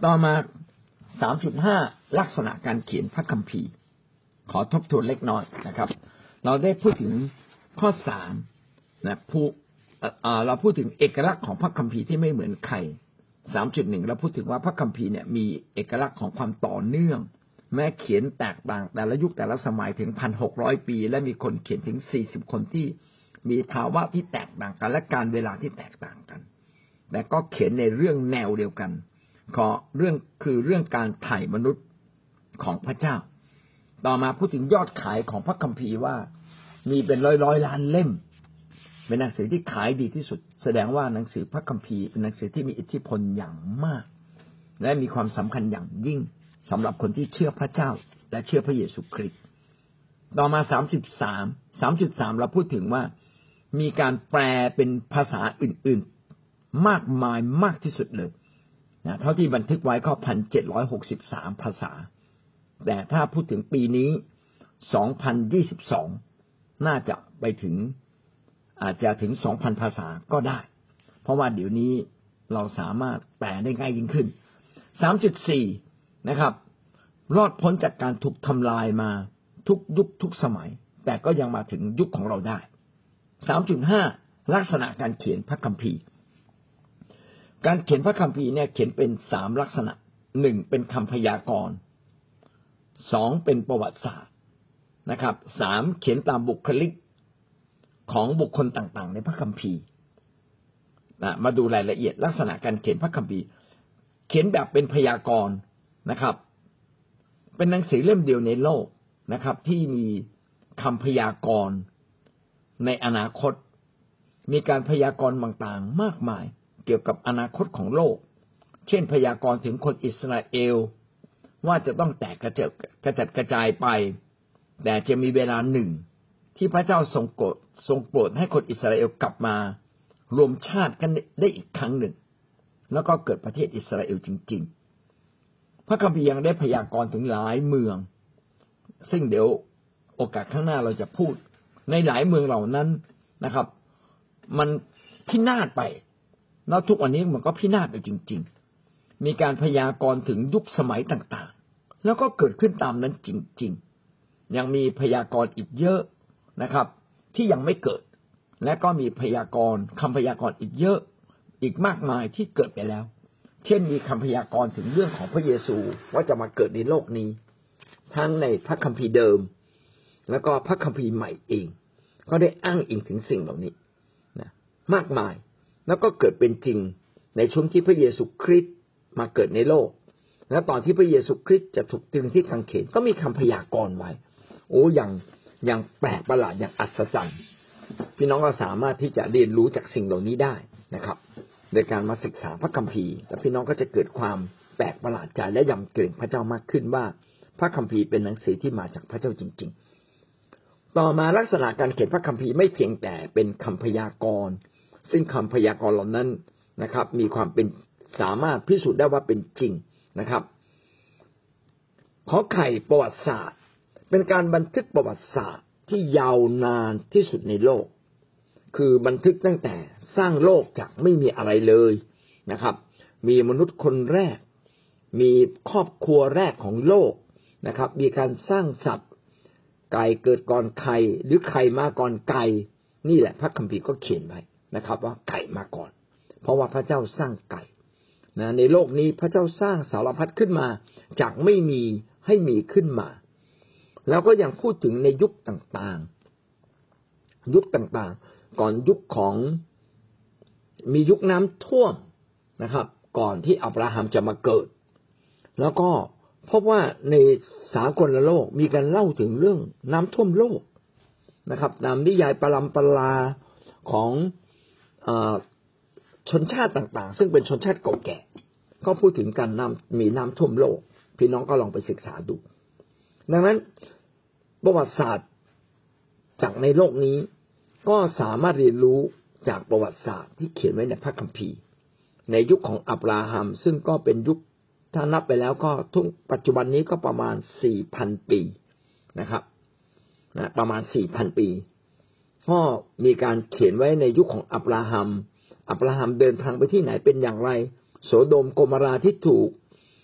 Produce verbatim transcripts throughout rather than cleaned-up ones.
ต่อมา สามจุดห้า ลักษณะการเขียนพระคัมภีร์ขอทบทวนเล็กน้อยนะครับเราได้พูดถึงข้อสามนะผู้เราพูดถึงเอกลักษณ์ของพระคัมภีร์ที่ไม่เหมือนใคร สามจุดหนึ่ง เราพูดถึงว่าพระคัมภีร์เนี่ยมีเอกลักษณ์ของความต่อเนื่องแม้เขียนแตกต่างแต่ละยุคแต่ละสมัยถึง หนึ่งพันหกร้อย ปีและมีคนเขียนถึงสี่สิบคนที่มีภาวะที่แตกต่างกันและการเวลาที่แตกต่างกันแต่ก็เขียนในเรื่องแนวเดียวกันขอเรื่องคือเรื่องการไถ่มนุษย์ของพระเจ้าต่อมาพูดถึงยอดขายของพระคัมภีร์ว่ามีเป็นร้อยๆล้านเล่มเป็นหนังสือที่ขายดีที่สุดแสดงว่าหนังสือพระคัมภีร์เป็นหนังสือที่มีอิทธิพลอย่างมากและมีความสำคัญอย่างยิ่งสำหรับคนที่เชื่อพระเจ้าและเชื่อพระเยซูคริสต์ต่อมา สามจุดสาม สามจุดสาม เราพูดถึงว่ามีการแปลเป็นภาษาอื่นๆมากมายมากที่สุดเลยนะเท่าที่บันทึกไว้ก็ หนึ่งพันเจ็ดร้อยหกสิบสาม ภาษาแต่ถ้าพูดถึงปีนี้สองพันยี่สิบสองน่าจะไปถึงอาจจะถึง สองพัน ภาษาก็ได้เพราะว่าเดี๋ยวนี้เราสามารถแปลได้ง่ายยิ่งขึ้น สามจุดสี่ นะครับรอดพ้นจากการถูกทำลายมาทุกยุคทุกสมัยแต่ก็ยังมาถึงยุคของเราได้ สามจุดห้า ลักษณะการเขียนพระคัมภีร์การเขียนพระคัมภีร์เนี่ยเขียนเป็นสามลักษณะหนึ่งเป็นคำพยากรณ์สองเป็นประวัติศาสตร์นะครับสามเขียนตามบุคลิกของบุคคลต่างๆในพระคัมภีร์นะมาดูรายละเอียดลักษณะการเขียนพระคัมภีร์เขียนแบบเป็นพยากรณ์นะครับเป็นหนังสือเล่มเดียวในโลกนะครับที่มีคำพยากรณ์ในอนาคตมีการพยากรณ์ต่างๆมากมายเกี่ยวกับอนาคตของโลกเช่นพยากรณ์ถึงคนอิสราเอลว่าจะต้องแตกกระจัดกระจัดกระจายไปแต่จะมีเวลาหนึ่งที่พระเจ้าทรงโปรดทรงโปรดให้คนอิสราเอลกลับมารวมชาติกันได้อีกครั้งหนึ่งแล้วก็เกิดประเทศอิสราเอลจริงๆพระคัมภีร์ยังได้พยากรณ์ถึงหลายเมืองซึ่งเดี๋ยวโอกาสข้างหน้าเราจะพูดในหลายเมืองเหล่านั้นนะครับมันพินาศไปแล้วทุกวันนี้มันก็พินาศไปจริงๆมีการพยากรณ์ถึงยุคสมัยต่างๆแล้วก็เกิดขึ้นตามนั้นจริงๆยังมีพยากรณ์อีกเยอะนะครับที่ยังไม่เกิดและก็มีพยากรณ์คำพยากรณ์อีกเยอะอีกมากมายที่เกิดไปแล้วเช่นมีคำพยากรณ์ถึงเรื่องของพระเยซูว่าจะมาเกิดในโลกนี้ทั้งในพระคัมภีร์เดิมแล้วก็พระคัมภีร์ใหม่เองก็ได้อ้างอิงถึงสิ่งเหล่านี้นะมากมายแล้วก็เกิดเป็นจริงในช่วงที่พระเยซูคริสต์มาเกิดในโลกและตอนที่พระเยซูคริสต์จะถูกตรึงที่กางเขนก็มีคำพยากรณ์ไว้โอ้อย่างอย่างแปลกประหลาดอย่างอัศจรรย์พี่น้องก็สามารถที่จะเรียนรู้จากสิ่งเหล่านี้ได้นะครับโดยการมาศึกษาพระคัมภีร์และพี่น้องก็จะเกิดความแปลกประหลาดใจและยำเกรงพระเจ้ามากขึ้นว่าพระคัมภีร์เป็นหนังสือที่มาจากพระเจ้าจริงๆต่อมาลักษณะการเขียนพระคัมภีร์ไม่เพียงแต่เป็นคำพยากรณ์ซึ่งคำพยากรณ์เหล่านั้นนะครับมีความเป็นสามารถพิสูจน์ได้ว่าเป็นจริงนะครับขอไข่ประวัติศาสตร์เป็นการบันทึกประวัติศาสตร์ที่ยาวนานที่สุดในโลกคือบันทึกตั้งแต่สร้างโลกจากไม่มีอะไรเลยนะครับมีมนุษย์คนแรกมีครอบครัวแรกของโลกนะครับมีการสร้างสัตว์ไก่เกิดก่อนไข่หรือไข่มาก่อนไก่นี่แหละพระคัมภีร์ก็เขียนไว้นะครับว่าไก่มาก่อนเพราะว่าพระเจ้าสร้างไก่นะในโลกนี้พระเจ้าสร้างสารพัดขึ้นมาจากไม่มีให้มีขึ้นมาแล้วก็ยังพูดถึงในยุคต่างๆยุคต่างๆก่อนยุคของมียุคน้ำท่วมนะครับก่อนที่อับราฮัมจะมาเกิดแล้วก็พบว่าในสากลโลกมีการเล่าถึงเรื่องน้ำท่วมโลกนะครับตามนิยายปรัมปราของเอ่อชนชาติต่างๆซึ่งเป็นชนชาติเก่าแก่ก็พูดถึงการน้ำมีน้ำท่วมโลกพี่น้องก็ลองไปศึกษาดูดังนั้นประวัติศาสตร์จากในโลกนี้ก็สามารถเรียนรู้จากประวัติศาสตร์ที่เขียนไว้ในพระคัมภีร์ในยุคของอับราฮัมซึ่งก็เป็นยุคถ้านับไปแล้วก็ทุกปัจจุบันนี้ก็ประมาณ สี่พัน ปีนะครับนะประมาณ สี่พัน ปีก็มีการเขียนไว้ในยุคของอับราฮัมอับราฮัมเดินทางไปที่ไหนเป็นอย่างไรโสโดมโกโมราที่ถูก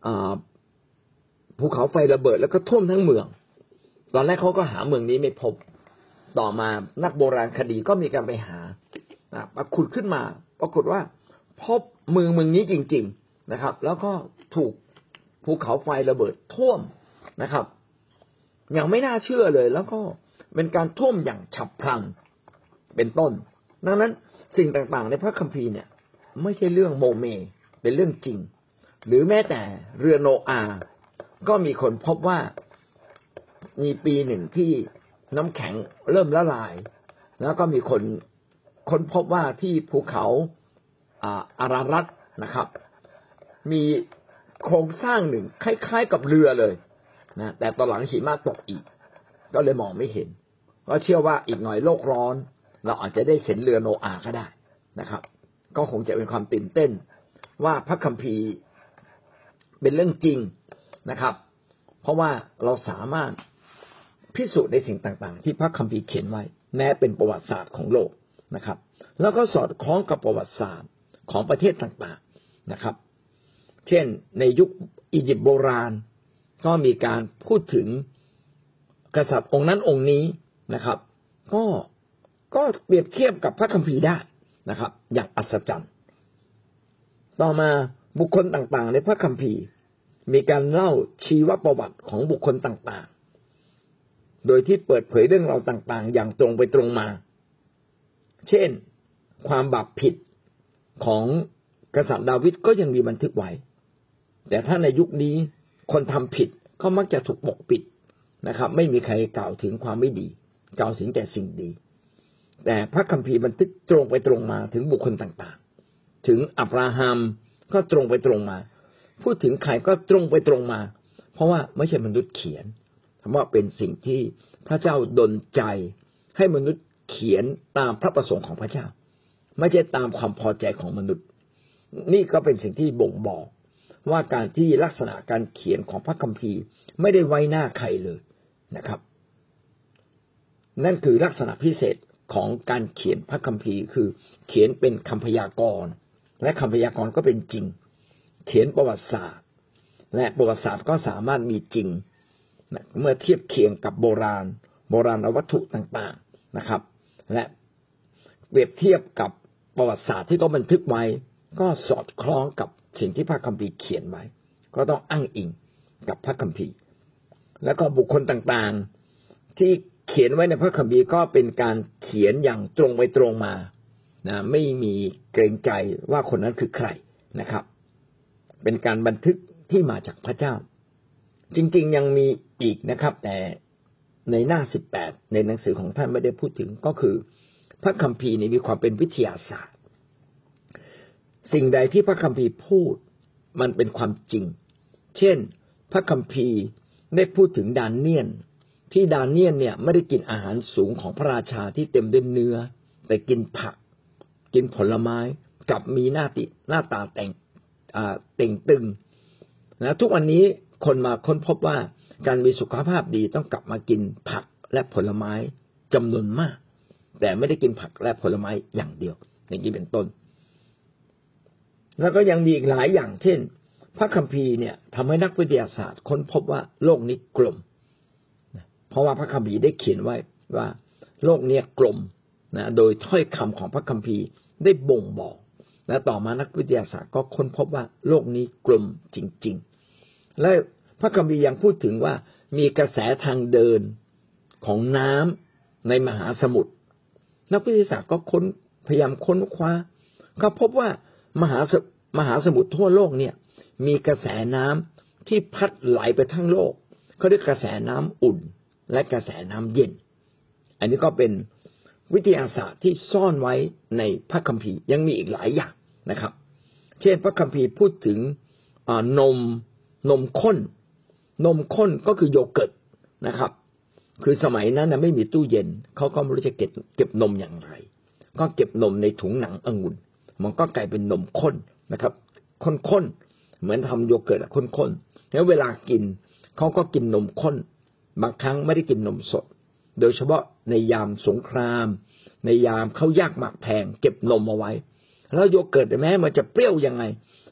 ภูเขาไฟระเบิดแล้วก็ท่วมทั้งเมืองตอนแรกเขาก็หาเมืองนี้ไม่พบต่อมานักโบราณคดีก็มีการไปหามาขุดขึ้นมาปรากฏว่าพบเมืองเมืองนี้จริงๆนะครับแล้วก็ถูกภูเขาไฟระเบิดท่วมนะครับอย่างไม่น่าเชื่อเลยแล้วก็เป็นการท่วมอย่างฉับพลันเป็นต้นดังนั้นสิ่งต่างๆในพระคัมภีร์เนี่ยไม่ใช่เรื่องโมเมเป็นเรื่องจริงหรือแม้แต่เรือโนอาห์ก็มีคนพบว่ามีปีหนึ่งที่น้ำแข็งเริ่มละลายแล้วก็มีคนค้นพบว่าที่ภูเขาอารารัตนะครับมีโครงสร้างหนึ่งคล้ายๆกับเรือเลยนะแต่ตอนหลังหิมะตกอีกก็เลยมองไม่เห็นก็เชื่อว่าอีกหน่อยโลกร้อนเราอาจจะได้เห็นเรือโนอาห์ก็ได้นะครับก็คงจะเป็นความตื่นเต้นว่าพระคัมภีร์เป็นเรื่องจริงนะครับเพราะว่าเราสามารถพิสูจน์ในสิ่งต่างๆที่พระคัมภีร์เขียนไว้แม้เป็นประวัติศาสตร์ของโลกนะครับแล้วก็สอดคล้องกับประวัติศาสตร์ของประเทศต่างๆนะครับเช่นในยุคอียิปต์โบราณก็มีการพูดถึงกษัตริย์องค์นั้นองค์นี้นะครับก็ก็เปรียบเทียบกับพระคัมภีร์ได้นะครับอย่างอัศจรรย์ต่อมาบุคคลต่างๆในพระคัมภีร์มีการเล่าชีวประวัติของบุคคลต่างๆโดยที่เปิดเผยเรื่องราวต่างๆอย่างตรงไปตรงมาเช่นความบาปผิดของกษัตริย์ดาวิดก็ยังมีบันทึกไว้แต่ถ้าในยุคนี้คนทำผิดก็มักจะถูกปกปิดนะครับไม่มีใครกล่าวถึงความไม่ดีกล่าวถึงแต่สิ่งดีแต่พระคัมภีร์บันทึกตรงไปตรงมาถึงบุคคลต่างๆถึงอับราฮัมก็ตรงไปตรงมาพูดถึงใครก็ตรงไปตรงมาเพราะว่าไม่ใช่มนุษย์เขียนคำว่าเป็นสิ่งที่พระเจ้าดลใจให้มนุษย์เขียนตามพระประสงค์ของพระเจ้าไม่ใช่ตามความพอใจของมนุษย์นี่ก็เป็นสิ่งที่บ่งบอกว่าการที่ลักษณะการเขียนของพระคัมภีร์ไม่ได้ไว้หน้าใครเลยนะครับนั่นคือลักษณะพิเศษของการเขียนพระคัมภีร์คือเขียนเป็นคำพยากรณ์และคำพยากรณ์ก็เป็นจริงเขียนประวัติศาสตร์และประวัติศาสตร์ก็สามารถมีจริงเมื่อเทียบเคียงกับโบราณโบราณวัตถุต่างๆนะครับและเปรียบเทียบกับประวัติศาสตร์ที่เขาบันทึกไว้ก็สอดคล้องกับสิ่งที่พระคัมภีร์เขียนไว้ก็ต้องอ้างอิงกับพระคัมภีร์แล้วก็บุคคลต่างๆที่เขียนไว้ในพระคัมภีร์ก็เป็นการเขียนอย่างตรงไปตรงมานะไม่มีเกรงใจว่าคนนั้นคือใครนะครับเป็นการบันทึกที่มาจากพระเจ้าจริงๆยังมีอีกนะครับแต่ในหน้าสิบแปดในหนังสือของท่านไม่ได้พูดถึงก็คือพระคัมภีร์นี้มีความเป็นวิทยาศาสตร์สิ่งใดที่พระคัมภีร์พูดมันเป็นความจริงเช่นพระคัมภีร์ได้พูดถึงดาเนียลที่ดาเนียลเนี่ยไม่ได้กินอาหารสูงของพระราชาที่เต็มด้วยเนื้อแต่กินผักกินผลไม้กับมีหน้าติหน้าตาแต่งอ่าเต่งตึงนะทุกวันนี้คนมาค้นพบว่าการมีสุขภาพดีต้องกลับมากินผักและผลไม้จำนวนมากแต่ไม่ได้กินผักและผลไม้อย่างเดียวอย่างนี้เป็นต้นแล้วก็ยังมีอีกหลายอย่างเช่นพระคัมภีร์เนี่ยทำให้นักวิทยาศาสตร์ค้นพบว่าโลกนี้กลมเพราะว่าพระคัมภีร์ได้เขียนไว้ว่าโลกนี้กลมนะโดยถ้อยคำของพระคัมภีร์ได้บ่งบอกและต่อมานักวิทยาศาสตร์ก็ค้นพบว่าโลกนี้กลมจริงๆและพระคัมภีร์ยังพูดถึงว่ามีกระแสทางเดินของน้ำในมหาสมุทรนักวิทยาศาสตร์ก็ค้นพยายามค้นคว้าก็พบว่ามหามหาสมุทรทั่วโลกเนี่ยมีกระแสน้ำที่พัดไหลไปทั้งโลกเขาเรียกกระแสน้ำอุ่นและกระแสน้ำเย็นอันนี้ก็เป็นวิทยาศาสตร์ที่ซ่อนไว้ในพระคัมภีร์ยังมีอีกหลายอย่างนะครับเช่นพระคัมภีร์พูดถึงนมนมข้นนมข้นก็คือโยเกิร์ตนะครับคือสมัยนั้นนะไม่มีตู้เย็นเขาก็ไม่รู้จะเก็บเก็บนมอย่างไรก็เก็บนมในถุงหนังองุ่นมันก็กลายเป็นนมข้นนะครับข้นๆเหมือนทำโยเกิร์ตข้นๆแล้วเวลากินเขาก็กินนมข้นบางครั้งไม่ได้กินนมสดโดยเฉพาะในยามสงครามในยามเขายากหมากแพงเก็บนมเอาไว้แล้วโยเกิร์ตแม้มันจะเปรี้ยวยังไง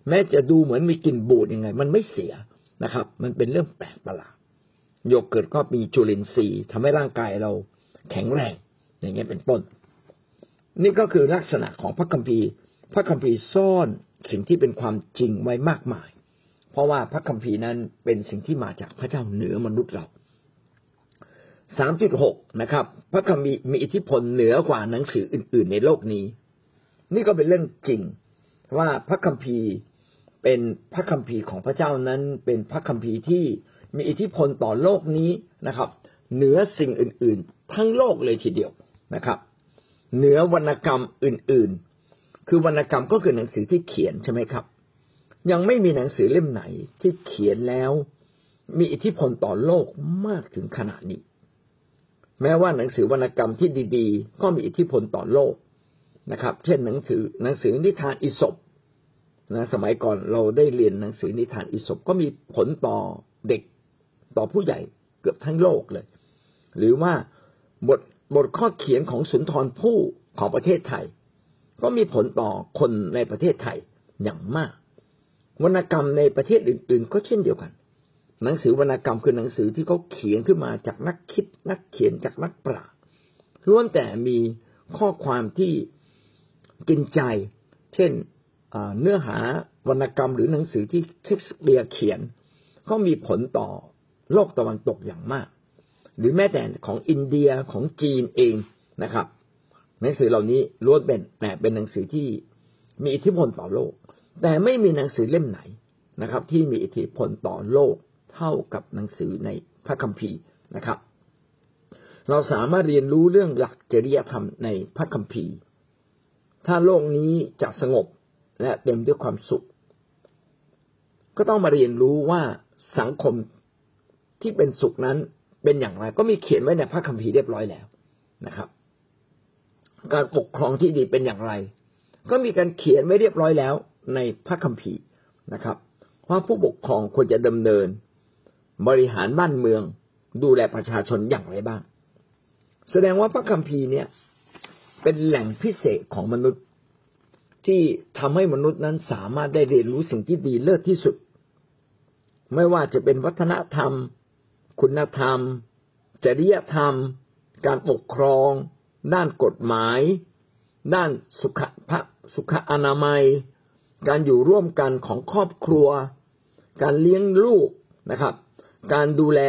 แม้จะดูเหมือนมีกลิ่นบูดยังไงมันไม่เสียนะครับมันเป็นเรื่องแปลกประหลาดโยเกิร์ตก็มีจุลินทรีย์ทำให้ร่างกายเราแข็งแรงอย่างเงี้ยเป็นต้นนี่ก็คือลักษณะของพระคัมภีร์พระคัมภีร์ซ่อนสิ่งที่เป็นความจริงไว้มากมายเพราะว่าพระคัมภีร์นั้นเป็นสิ่งที่มาจากพระเจ้าเหนือมนุษย์เรา สามจุดหก นะครับพระคัมภีร์มีอิทธิพลเหนือกว่าหนังสืออื่นๆในโลกนี้นี่ก็เป็นเรื่องจริงว่าพระคัมภีร์เป็นพระคัมภีร์ของพระเจ้านั้นเป็นพระคัมภีร์ที่มีอิทธิพลต่อโลกนี้นะครับเหนือสิ่งอื่นๆทั้งโลกเลยทีเดียวนะครับเหนือวรรณกรรมอื่นๆคือวรรณกรรมก็คือหนังสือที่เขียนใช่ไหมครับยังไม่มีหนังสือเล่มไหนที่เขียนแล้วมีอิทธิพลต่อโลกมากถึงขนาดนี้แม้ว่าหนังสือวรรณกรรมที่ดีๆก็มีอิทธิพลต่อโลกนะครับเช่นหนังสือหนังสือนิทานอีสปนะสมัยก่อนเราได้เรียนหนังสือนิทานอีสปก็มีผลต่อเด็กต่อผู้ใหญ่เกือบทั้งโลกเลยหรือว่าบทบทข้อเขียนของสุนทรภู่ของประเทศไทยก็มีผลต่อคนในประเทศไทยอย่างมากวรรณกรรมในประเทศอื่นๆก็เช่นเดียวกันหนังสือวรรณกรรมคือหนังสือที่เขาเขียนขึ้นมาจากนักคิดนักเขียนจากนักปราชญ์ล้วนแต่มีข้อความที่กินใจเช่นเนื้อหาวรรณกรรมหรือหนังสือที่เชคสเปียร์เขียนก็มีผลต่อโลกตะวันตกอย่างมากหรือแม้แต่ของอินเดียของจีนเองนะครับหนังสือเหล่านี้ล้วนเป็นแต่เป็นหนังสือที่มีอิทธิพลต่อโลกแต่ไม่มีหนังสือเล่มไหนนะครับที่มีอิทธิพลต่อโลกเท่ากับหนังสือในพระคัมภีร์นะครับเราสามารถเรียนรู้เรื่องหลักจริยธรรมในพระคัมภีร์ถ้าโลกนี้จะสงบและเต็มด้วยความสุขก็ต้องมาเรียนรู้ว่าสังคมที่เป็นสุขนั้นเป็นอย่างไรก็มีเขียนไว้ในพระคัมภีร์เรียบร้อยแล้วนะครับการปกครองที่ดีเป็นอย่างไรก็มีการเขียนไว้เรียบร้อยแล้วในพระคัมภีร์นะครับว่าผู้ปกครองควรจะดำเนินบริหารบ้านเมืองดูแลประชาชนอย่างไรบ้างแสดงว่าพระคัมภีร์เนี่ยเป็นแหล่งพิเศษของมนุษย์ที่ทำให้มนุษย์นั้นสามารถได้เรียนรู้สิ่งที่ดีเลิศที่สุดไม่ว่าจะเป็นวัฒนธรรมคุณธรรมจริยธรรมการปกครองด้านกฎหมายด้านสุขภาพสุขอนามัยการอยู่ร่วมกันของครอบครัวการเลี้ยงลูกนะครับการดูแล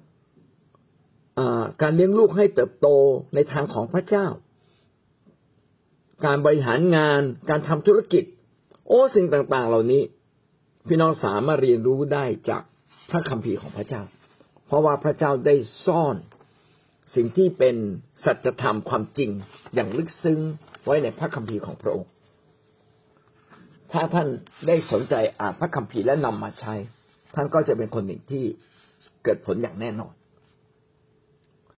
การเลี้ยงลูกให้เติบโตในทางของพระเจ้าการบริหารงานการทำธุรกิจโอ้สิ่งต่างๆเหล่านี้พี่น้องสามารถเรียนรู้ได้จากพระคัมภีร์ของพระเจ้าเพราะว่าพระเจ้าได้ซ่อนสิ่งที่เป็นสัจธรรมความจริงอย่างลึกซึ้งไว้ในพระคัมภีร์ของพระองค์ถ้าท่านได้สนใจอ่านพระคัมภีร์และนำมาใช้ท่านก็จะเป็นคนหนึ่งที่เกิดผลอย่างแน่นอน